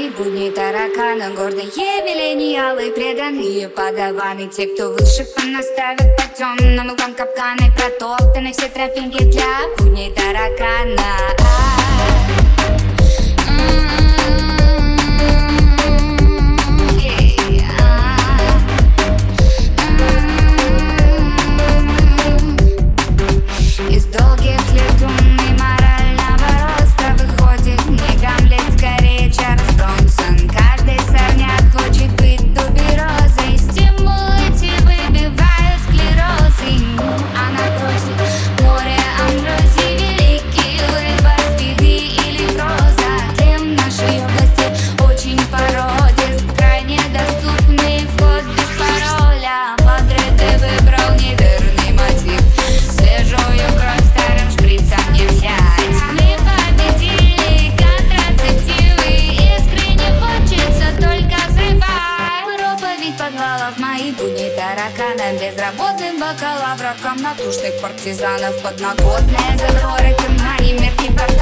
мои будни тараканы. Гордые миллениалы, преданные подаваны. Те, кто выше понаставят по темным лбам капканы. Протоптаны все тропинки для будней таракана. Из долгих лет умный морального роста выходит не Гамлет, скорее Чарльз Бронсон. Каждый сорняк хочет быть туберозой. Стимулы эти выбивают склерозы. А напротив море амброзии, великий выбор стихи или проза. Тем нашей области очень породист, крайне доступный вход без пароля. Подряд ты выбрал неверный мотив, свежую кровь старым шприцем не взять. Мы победили контрацептивы, искренне хочется только взрывать. Проповедь подвалов, мои будни таракана. Безработных бакалавров, комнатушных партизанов, подноготные задроры, тюрьма, мерки,